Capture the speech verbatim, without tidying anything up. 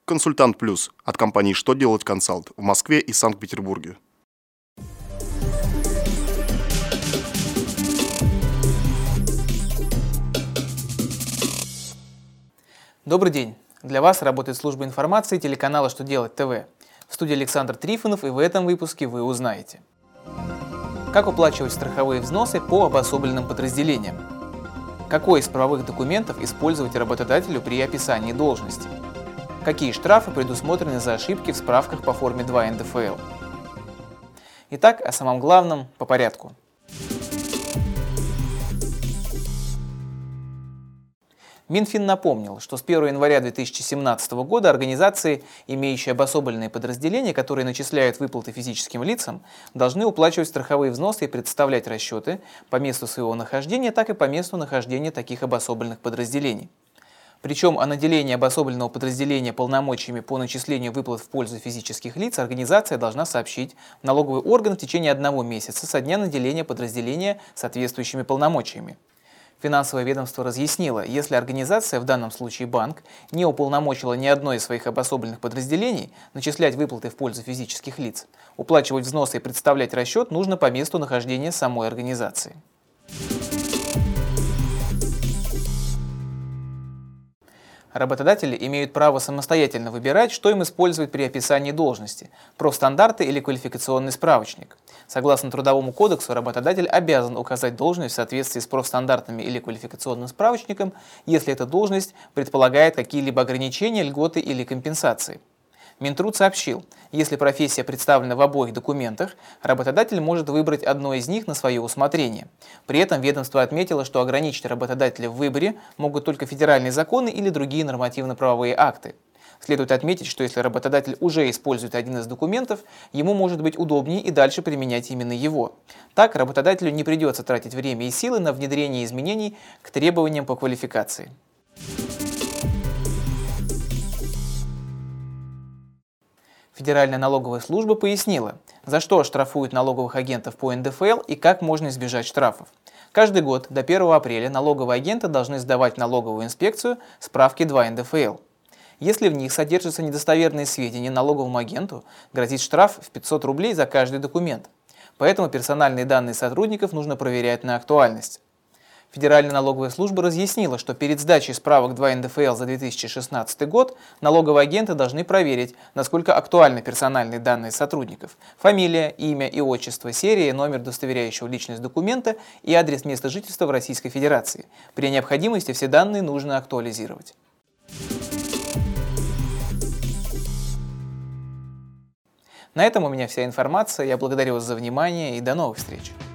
Консультант Плюс от компании «Что делать консалт» в Москве и Санкт-Петербурге. Добрый день! Для вас работает служба информации телеканала «Что делать ТВ». В студии Александр Трифонов, и в этом выпуске вы узнаете: как уплачивать страховые взносы по обособленным подразделениям, какой из правовых документов использовать работодателю при описании должности, какие штрафы предусмотрены за ошибки в справках по форме два эн дэ эф эл. Итак, о самом главном по порядку. Минфин напомнил, что с первого января две тысячи семнадцатого года организации, имеющие обособленные подразделения, которые начисляют выплаты физическим лицам, должны уплачивать страховые взносы и представлять расчеты по месту своего нахождения, так и по месту нахождения таких обособленных подразделений. Причем о наделении обособленного подразделения полномочиями по начислению выплат в пользу физических лиц организация должна сообщить в налоговый орган в течение одного месяца со дня наделения подразделения соответствующими полномочиями. Финансовое ведомство разъяснило, если организация, в данном случае банк, не уполномочила ни одно из своих обособленных подразделений начислять выплаты в пользу физических лиц, уплачивать взносы и представлять расчет нужно по месту нахождения самой организации. Работодатели имеют право самостоятельно выбирать, что им использовать при описании должности – профстандарты или квалификационный справочник. Согласно Трудовому кодексу, работодатель обязан указать должность в соответствии с профстандартами или квалификационным справочником, если эта должность предполагает какие-либо ограничения, льготы или компенсации. Минтруд сообщил, если профессия представлена в обоих документах, работодатель может выбрать одно из них на свое усмотрение. При этом ведомство отметило, что ограничить работодателя в выборе могут только федеральные законы или другие нормативно-правовые акты. Следует отметить, что если работодатель уже использует один из документов, ему может быть удобнее и дальше применять именно его. Так работодателю не придется тратить время и силы на внедрение изменений к требованиям по квалификации. Федеральная налоговая служба пояснила, за что оштрафуют налоговых агентов по эн дэ эф эл и как можно избежать штрафов. Каждый год до первого апреля налоговые агенты должны сдавать в налоговую инспекцию справки два эн дэ эф эл. Если в них содержатся недостоверные сведения, налоговому агенту грозит штраф в пятьсот рублей за каждый документ. Поэтому персональные данные сотрудников нужно проверять на актуальность. Федеральная налоговая служба разъяснила, что перед сдачей справок два эн дэ эф эл за две тысячи шестнадцатый год налоговые агенты должны проверить, насколько актуальны персональные данные сотрудников: фамилия, имя и отчество, серия и номер удостоверяющего личность документа и адрес места жительства в Российской Федерации. При необходимости все данные нужно актуализировать. На этом у меня вся информация. Я благодарю вас за внимание и до новых встреч.